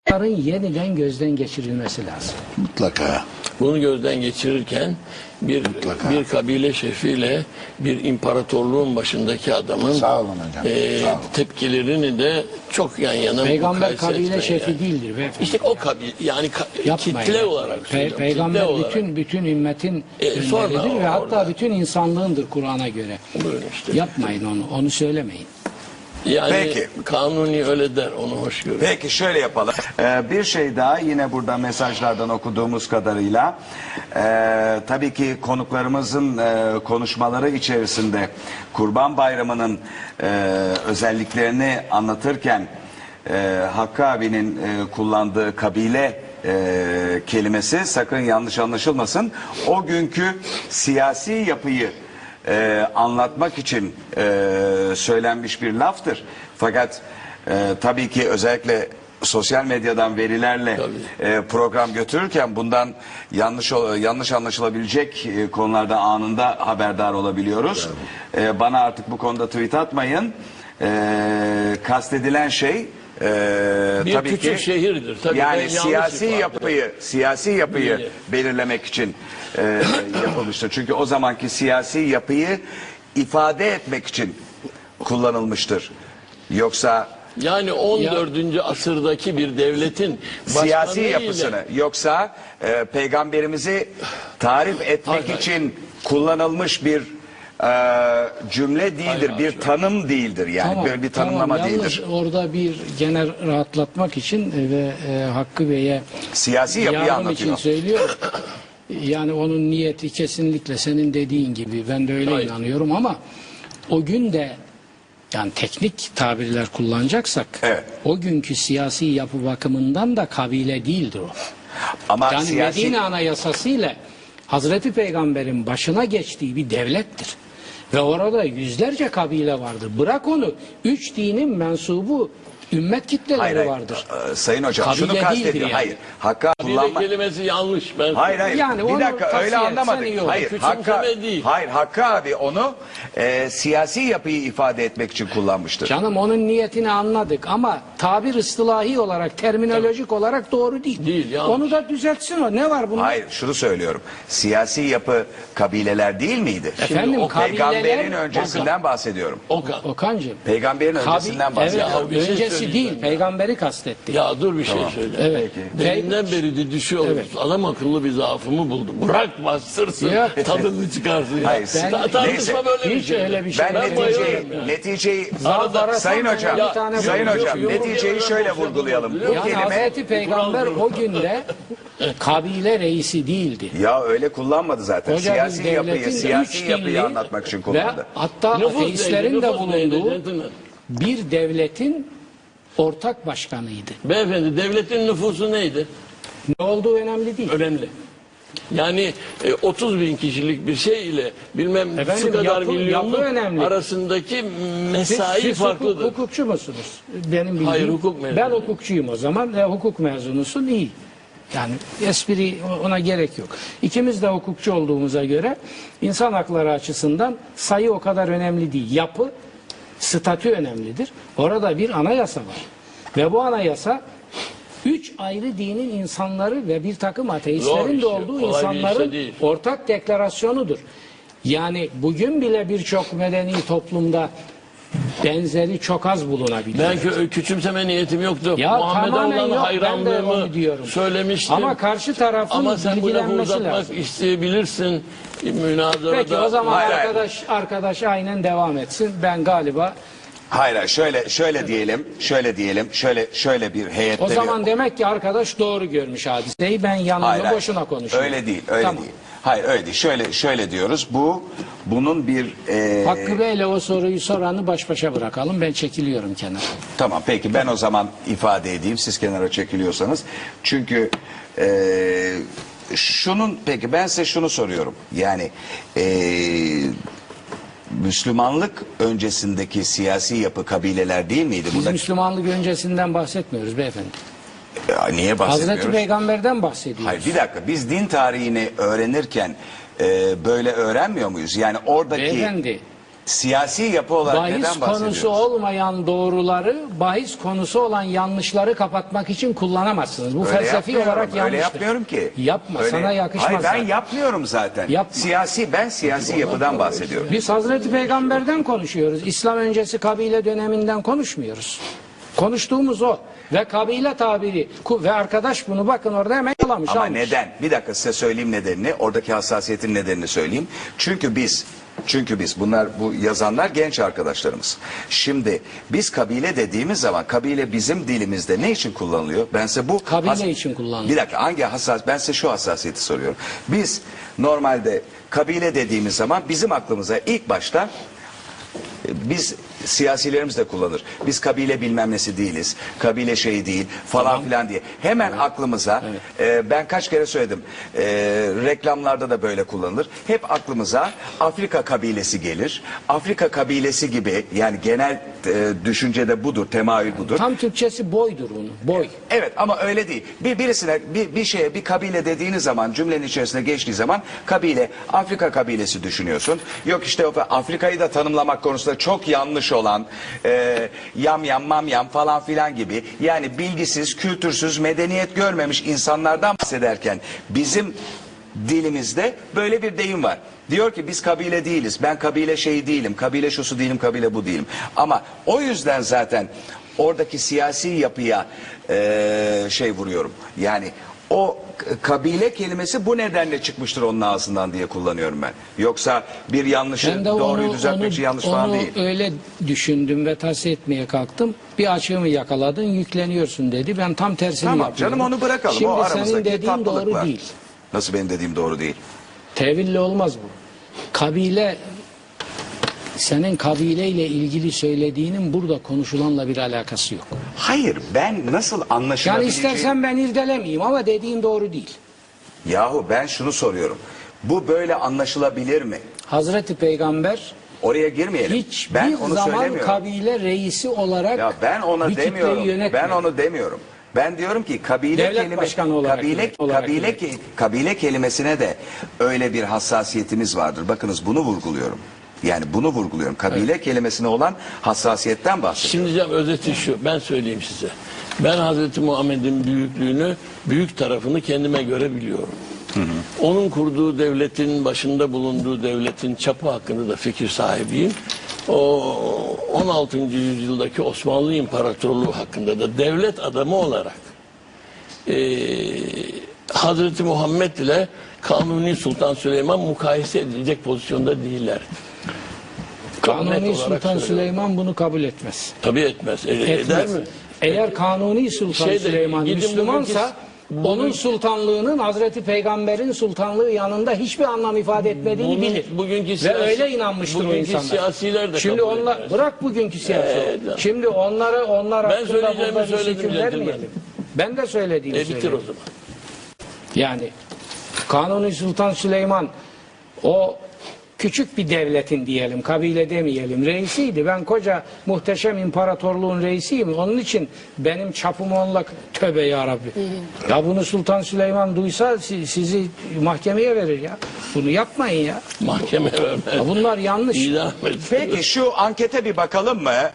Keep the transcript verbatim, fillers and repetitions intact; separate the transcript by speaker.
Speaker 1: yeniden gözden geçirilmesi lazım.
Speaker 2: Mutlaka.
Speaker 3: Bunu gözden geçirirken bir
Speaker 2: Mutlaka.
Speaker 3: bir kabile şefiyle bir imparatorluğun başındaki adamın
Speaker 2: Sağ olun hocam.
Speaker 3: e,
Speaker 2: Sağ olun.
Speaker 3: tepkilerini de çok yan yana
Speaker 1: Peygamber
Speaker 3: mukayese
Speaker 1: kabile
Speaker 3: etmeyin
Speaker 1: şefi
Speaker 3: yani.
Speaker 1: değildir beyefendi.
Speaker 3: İşte o kabile yani ka-
Speaker 1: Yapmayın.
Speaker 3: kitle olarak
Speaker 1: Pe-
Speaker 3: söylüyorum,
Speaker 1: Peygamber
Speaker 3: kitle olarak.
Speaker 1: bütün bütün ümmetin
Speaker 3: E, sonra
Speaker 1: önderidir ve
Speaker 3: orada-
Speaker 1: hatta bütün insanlığındır Kur'an'a göre.
Speaker 3: Buyurun işte.
Speaker 1: Yapmayın onu, onu söylemeyin.
Speaker 3: Yani
Speaker 4: Peki.
Speaker 3: Kanuni öyle der, onu hoş görür.
Speaker 4: Peki şöyle yapalım. Ee, bir şey daha yine burada mesajlardan okuduğumuz kadarıyla ee, tabii ki konuklarımızın ee, konuşmaları içerisinde Kurban Bayramı'nın ee, özelliklerini anlatırken ee, Hakkı abinin ee, kullandığı kabile ee, kelimesi sakın yanlış anlaşılmasın. O günkü siyasi yapıyı Ee, anlatmak için e, söylenmiş bir laftır. Fakat e, tabii ki özellikle sosyal medyadan verilerle e, program götürürken bundan yanlış yanlış anlaşılabilecek e, konularda anında haberdar olabiliyoruz. E, bana artık bu konuda tweet atmayın. E, kastedilen şey e,
Speaker 3: Bir
Speaker 4: tabii
Speaker 3: küçük
Speaker 4: ki
Speaker 3: şehirdir. Tabii ben
Speaker 4: yani
Speaker 3: yanlış
Speaker 4: siyasi
Speaker 3: ifade
Speaker 4: yapıyı siyasi yapıyı
Speaker 3: Değil.
Speaker 4: belirlemek için e, yapılmıştır. Çünkü o zamanki siyasi yapıyı ifade etmek için kullanılmıştır. Yoksa
Speaker 3: Yani on dördüncü asırdaki bir devletin
Speaker 4: siyasi
Speaker 3: başkanı ile-
Speaker 4: yapısını yoksa e, peygamberimizi tarif etmek
Speaker 3: Hayır, hayır.
Speaker 4: için kullanılmış bir e, cümle değildir,
Speaker 3: Hayır,
Speaker 4: bir
Speaker 3: hayır.
Speaker 4: tanım değildir. Yani böyle bir tanımlama
Speaker 1: tamam.
Speaker 4: değildir.
Speaker 1: Yalnız orada bir genel rahatlatmak için ve e, Hakkı Bey'e
Speaker 4: Siyasi yapıyı
Speaker 1: yardım için
Speaker 4: anlatıyor.
Speaker 1: söylüyorum. Yani onun niyeti kesinlikle senin dediğin gibi, ben de öyle
Speaker 3: Hayır.
Speaker 1: inanıyorum ama o gün de yani teknik tabirler kullanacaksak
Speaker 4: Evet.
Speaker 1: o günkü siyasi yapı bakımından da kabile değildir o.
Speaker 4: Ama
Speaker 1: Yani
Speaker 4: siyasi
Speaker 1: Medine Anayasası ile Hazreti Peygamber'in başına geçtiği bir devlettir. Ve orada yüzlerce kabile vardır. Bırak onu, üç dinin mensubu ümmet kitleleri
Speaker 4: hayır, hayır.
Speaker 1: vardır.
Speaker 4: Ee, Sayın hocam
Speaker 1: Kabile
Speaker 4: şunu
Speaker 1: değildir
Speaker 4: kastediyor.
Speaker 1: yani.
Speaker 4: Hayır. Hakkı
Speaker 3: Kabile
Speaker 4: kullanma.
Speaker 3: kelimesi yanlış. Ben
Speaker 4: Hayır hayır.
Speaker 1: Yani
Speaker 4: bir
Speaker 1: onu
Speaker 4: dakika öyle
Speaker 1: tavsiye etsen
Speaker 4: anlamadık.
Speaker 1: iyi olur.
Speaker 4: Hayır.
Speaker 3: Küçümseme
Speaker 4: Hakkı,
Speaker 3: değil.
Speaker 4: hayır Hakkı abi onu e, siyasi yapıyı ifade etmek için kullanmıştır.
Speaker 1: Canım onun niyetini anladık ama tabir ıstılahi olarak, terminolojik olarak doğru değil.
Speaker 3: Değil, yanlış.
Speaker 1: Onu da düzeltsin o. Ne var bunda?
Speaker 4: Hayır şunu söylüyorum. Siyasi yapı kabileler değil miydi?
Speaker 1: Efendim,
Speaker 4: o peygamberin
Speaker 1: kabileler-
Speaker 4: öncesinden bahsediyorum.
Speaker 3: Okan.
Speaker 1: Okan'cığım.
Speaker 4: Peygamberin
Speaker 1: Kabi-
Speaker 4: öncesinden bahsediyorum.
Speaker 1: Evet,
Speaker 3: Ya bir şey
Speaker 1: öncesi
Speaker 3: söyleyeceğim
Speaker 1: değil,
Speaker 3: ya.
Speaker 1: peygamberi kastetti.
Speaker 3: Ya dur bir şey söyle.
Speaker 1: Evet.
Speaker 3: Deminden beri de düşüyoruz.
Speaker 1: Evet.
Speaker 3: Adam akıllı bir zaafımı buldu. Bırak bastırsın.
Speaker 1: Ya.
Speaker 3: Tadını çıkarsın. Ya.
Speaker 4: Hayır,
Speaker 1: Ben-
Speaker 3: Ta- tartışma
Speaker 4: neyse.
Speaker 3: böyle bir
Speaker 1: Hiç
Speaker 3: şey.
Speaker 1: öyle bir şey
Speaker 4: Ben
Speaker 3: Ben
Speaker 4: neticeyi,
Speaker 3: bayılıyorum ya.
Speaker 4: neticeyi
Speaker 1: Zaaf arasam
Speaker 4: Sayın
Speaker 1: ben
Speaker 4: hocam,
Speaker 1: bir tane
Speaker 4: Sayın
Speaker 1: buldum.
Speaker 4: hocam,
Speaker 3: Yorum-
Speaker 4: neticeyi
Speaker 3: yorum-
Speaker 4: şöyle
Speaker 3: yorum-
Speaker 4: vurgulayalım. Bu
Speaker 3: yorum-
Speaker 1: Yani
Speaker 4: kelime
Speaker 1: Hazreti Peygamber
Speaker 3: Kur'an-
Speaker 1: o günde kabile reisi değildi.
Speaker 4: ya öyle kullanmadı zaten.
Speaker 1: Koca bir
Speaker 4: Siyasi yapıyı,
Speaker 1: devletin
Speaker 4: siyasi
Speaker 1: üç
Speaker 4: yapıyı
Speaker 1: dilli
Speaker 4: anlatmak için
Speaker 1: ve
Speaker 4: kullandı.
Speaker 1: hatta
Speaker 3: Nüfus
Speaker 1: ateistlerin
Speaker 3: neydi?
Speaker 1: de
Speaker 3: Nüfus neydi?
Speaker 1: bulunduğu
Speaker 3: Gentlemen.
Speaker 1: bir devletin ortak başkanıydı.
Speaker 3: Beyefendi devletin nüfusu neydi?
Speaker 1: Ne olduğu önemli değil.
Speaker 3: Önemli. Yani e, otuz bin kişilik bir şey ile bilmem
Speaker 1: Efendim,
Speaker 3: şu kadar
Speaker 1: yapı-
Speaker 3: milyonluk
Speaker 1: yapı önemli.
Speaker 3: arasındaki
Speaker 1: Siz,
Speaker 3: mesai
Speaker 1: siz
Speaker 3: farklıdır.
Speaker 1: hukuk, hukukçu musunuz? Benim bildiğim.
Speaker 3: Hayır, hukuk mezunu.
Speaker 1: Ben hukukçuyum o zaman. E, hukuk mezunusun iyi. Yani espri ona gerek yok. İkimiz de hukukçu olduğumuza göre insan hakları açısından sayı o kadar önemli değil. Yapı, statü önemlidir. Orada bir anayasa var. Ve bu anayasa üç ayrı dinin insanları ve bir takım
Speaker 3: Zor
Speaker 1: ateistlerin
Speaker 3: iş
Speaker 1: de
Speaker 3: yok,
Speaker 1: olduğu
Speaker 3: kolay bir iş de
Speaker 1: insanların
Speaker 3: değil.
Speaker 1: ortak deklarasyonudur. Yani bugün bile birçok medeni toplumda benzeri çok az bulunabilir.
Speaker 3: Ben kö- küçümseme niyetim yoktu.
Speaker 1: Ya
Speaker 3: Muhammed'e
Speaker 1: tamamen
Speaker 3: olan
Speaker 1: yok, ben de
Speaker 3: hayranlığımı
Speaker 1: onu diyorum.
Speaker 3: söylemiştim.
Speaker 1: Ama karşı tarafın
Speaker 3: Ama sen bu lafı
Speaker 1: bilgilenmesi
Speaker 3: uzatmak
Speaker 1: lazım.
Speaker 3: isteyebilirsin. Münazarada.
Speaker 1: Peki o zaman
Speaker 4: Hayır, hayır.
Speaker 1: arkadaş arkadaş aynen devam etsin. Ben galiba
Speaker 4: Hayır, hayır, şöyle şöyle diyelim, şöyle diyelim, şöyle şöyle bir heyette
Speaker 1: o
Speaker 4: bir-
Speaker 1: zaman demek ki arkadaş doğru görmüş hadiseyi. Ben yanımda
Speaker 4: Hayır, hayır.
Speaker 1: boşuna konuşuyorum.
Speaker 4: Öyle değil, öyle
Speaker 1: Tamam.
Speaker 4: değil. Hayır, öyle değil. Şöyle şöyle diyoruz. Bu bunun bir e,
Speaker 1: Hakkı Bey'le o soruyu soranı baş başa bırakalım. Ben çekiliyorum kenara.
Speaker 4: Tamam peki ben o zaman ifade edeyim siz kenara çekiliyorsanız. Çünkü e, şunun peki ben size şunu soruyorum. Yani e, Müslümanlık öncesindeki siyasi yapı kabileler değil miydi?
Speaker 1: Biz
Speaker 4: Burada
Speaker 1: Müslümanlık öncesinden bahsetmiyoruz beyefendi.
Speaker 4: Ya, niye bahsetmiyoruz?
Speaker 1: Hazreti Peygamber'den bahsediyoruz.
Speaker 4: Hayır bir dakika biz din tarihini öğrenirken e, böyle öğrenmiyor muyuz? Yani oradaki
Speaker 1: Beyefendi,
Speaker 4: siyasi yapı olarak
Speaker 1: bahis
Speaker 4: neden bahsediyoruz?
Speaker 1: konusu olmayan doğruları, bahis konusu olan yanlışları kapatmak için kullanamazsınız. Bu
Speaker 4: Öyle
Speaker 1: felsefi
Speaker 4: yapmıyorum,
Speaker 1: olarak yanlıştır.
Speaker 4: Öyle yapmıyorum ki.
Speaker 1: Yapma,
Speaker 4: Öyle-
Speaker 1: sana yakışmaz.
Speaker 4: Hayır, ben
Speaker 1: zaten.
Speaker 4: yapmıyorum zaten.
Speaker 1: Yapma.
Speaker 4: Siyasi, ben siyasi yapıdan bahsediyorum.
Speaker 1: Biz Hazreti Peygamber'den konuşuyoruz. İslam öncesi kabile döneminden konuşmuyoruz. Konuştuğumuz o. Ve kabile tabiri ku- ve arkadaş bunu bakın orada hemen yalamış.
Speaker 4: Ama
Speaker 1: almış.
Speaker 4: neden? Bir dakika size söyleyeyim nedenini. Oradaki hassasiyetin nedenini söyleyeyim. Çünkü biz Çünkü biz bunlar bu yazanlar genç arkadaşlarımız. Şimdi biz kabile dediğimiz zaman kabile bizim dilimizde ne için kullanılıyor? Ben size bu
Speaker 1: Kabile
Speaker 4: has-
Speaker 1: için kullanılıyor.
Speaker 4: Bir dakika hangi hassas ben size şu hassasiyeti soruyorum. Biz normalde kabile dediğimiz zaman bizim aklımıza ilk başta biz siyasilerimiz de kullanır. Biz kabile bilmem nesi değiliz. Kabile şeyi değil falan
Speaker 1: Tamam.
Speaker 4: filan diye. Hemen aklımıza e, ben kaç kere söyledim. E, reklamlarda da böyle kullanılır. Hep aklımıza Afrika kabilesi gelir. Afrika kabilesi gibi yani genel e, düşüncede budur, temayül budur.
Speaker 1: Tam Türkçesi boydur onun. Boy.
Speaker 4: Evet ama öyle değil. Bir birisine bir, bir şeye bir kabile dediğiniz zaman cümlenin içerisine geçtiği zaman kabile Afrika kabilesi düşünüyorsun. Yok işte o Afrika'yı da tanımlamak konusunda çok yanlış olan e, yam yam mam yam falan filan gibi yani bilgisiz, kültürsüz, medeniyet görmemiş insanlardan bahsederken bizim dilimizde böyle bir deyim var. Diyor ki biz kabile değiliz. Ben kabile şeyi değilim. Kabile şusu değilim, kabile bu değilim. Ama o yüzden zaten oradaki siyasi yapıya e, şey vuruyorum. Yani o kabile kelimesi bu nedenle çıkmıştır onun ağzından diye kullanıyorum ben. Yoksa bir yanlışı
Speaker 1: Ben de
Speaker 4: doğruyu
Speaker 1: onu,
Speaker 4: düzeltmek
Speaker 1: onu,
Speaker 4: için yanlış
Speaker 1: onu
Speaker 4: falan değil.
Speaker 1: öyle düşündüm ve tahsil etmeye kalktım. Bir açığımı yakaladın, yükleniyorsun dedi. Ben tam tersini
Speaker 4: Tamam
Speaker 1: yapıyorum.
Speaker 4: canım onu bırakalım.
Speaker 1: Şimdi
Speaker 4: o
Speaker 1: senin
Speaker 4: aramızdaki
Speaker 1: dediğin
Speaker 4: tatlılık
Speaker 1: doğru
Speaker 4: var.
Speaker 1: değil.
Speaker 4: Nasıl benim dediğim doğru değil?
Speaker 1: Teville olmaz bu. Kabile, senin kabileyle ilgili söylediğinin burada konuşulanla bir alakası yok.
Speaker 4: Hayır ben nasıl
Speaker 1: Yani
Speaker 4: anlaşılabileceğim...
Speaker 1: istersen ben irdelemeyeyim ama dediğin doğru değil.
Speaker 4: Yahu ben şunu soruyorum. Bu böyle anlaşılabilir mi?
Speaker 1: Hazreti Peygamber
Speaker 4: Oraya girmeyelim.
Speaker 1: hiçbir
Speaker 4: ben onu
Speaker 1: zaman
Speaker 4: söylemiyorum.
Speaker 1: kabile reisi olarak
Speaker 4: Ya ben ona
Speaker 1: bir kitleyi
Speaker 4: demiyorum.
Speaker 1: yönetmedi.
Speaker 4: Ben onu demiyorum. Ben diyorum ki kabile
Speaker 1: Devlet
Speaker 4: kelime,
Speaker 1: başkanı olarak
Speaker 4: kabile,
Speaker 1: yönet- olarak
Speaker 4: kabile,
Speaker 1: yönet.
Speaker 4: ke- kabile kelimesine de öyle bir hassasiyetimiz vardır. Bakınız bunu vurguluyorum. Yani bunu vurguluyorum. Kabile kelimesine olan hassasiyetten bahsediyorum.
Speaker 3: Şimdi canım özeti şu, ben söyleyeyim size. Ben Hazreti Muhammed'in büyüklüğünü, büyük tarafını kendime göre biliyorum. Hı hı. Onun kurduğu devletin, başında bulunduğu devletin çapı hakkında da fikir sahibiyim. O on altıncı yüzyıldaki Osmanlı İmparatorluğu hakkında da devlet adamı olarak e, Hazreti Muhammed ile Kanuni Sultan Süleyman mukayese edilecek pozisyonda değiller.
Speaker 1: Kanuni
Speaker 3: Net olarak
Speaker 1: Sultan
Speaker 3: söylüyorum.
Speaker 1: Süleyman bunu kabul etmez.
Speaker 3: Tabii etmez. E, eder
Speaker 1: Etmez.
Speaker 3: mi?
Speaker 1: Eğer Kanuni Sultan
Speaker 3: Şeyde,
Speaker 1: Süleyman
Speaker 3: gidin
Speaker 1: Müslümansa
Speaker 3: bugünkü-
Speaker 1: onun
Speaker 3: bugün-
Speaker 1: sultanlığının Hazreti Peygamber'in sultanlığı yanında hiçbir anlam ifade etmediğini
Speaker 3: Bugün-
Speaker 1: bilir.
Speaker 3: bugünkü
Speaker 1: Ve
Speaker 3: siyasi-
Speaker 1: öyle inanmıştır o
Speaker 3: bugünkü
Speaker 1: insanlar.
Speaker 3: siyasiler de
Speaker 1: Şimdi
Speaker 3: kabul
Speaker 1: onlar
Speaker 3: etmez.
Speaker 1: bırak bugünkü siyasi.
Speaker 3: Evet, tamam.
Speaker 1: Şimdi onlara onlar
Speaker 3: Ben
Speaker 1: hakkında
Speaker 3: söyleyeceğimi
Speaker 1: burada bir
Speaker 3: söyledim
Speaker 1: hüküm
Speaker 3: gentleman.
Speaker 1: vermeyelim. Ben de söylediğimi
Speaker 3: E bitir
Speaker 1: söyledim.
Speaker 3: o zaman.
Speaker 1: Yani Kanuni Sultan Süleyman o küçük bir devletin diyelim, kabile demeyelim, reisiydi. Ben koca muhteşem imparatorluğun reisiyim. Onun için benim çapım onunla tövbe ya Rabbi. Ya bunu Sultan Süleyman duysa si- sizi mahkemeye verir ya. Bunu yapmayın ya.
Speaker 3: Mahkeme vermez.
Speaker 1: Ya bunlar yanlış.
Speaker 3: İdam et.
Speaker 4: Peki şu ankete bir bakalım mı?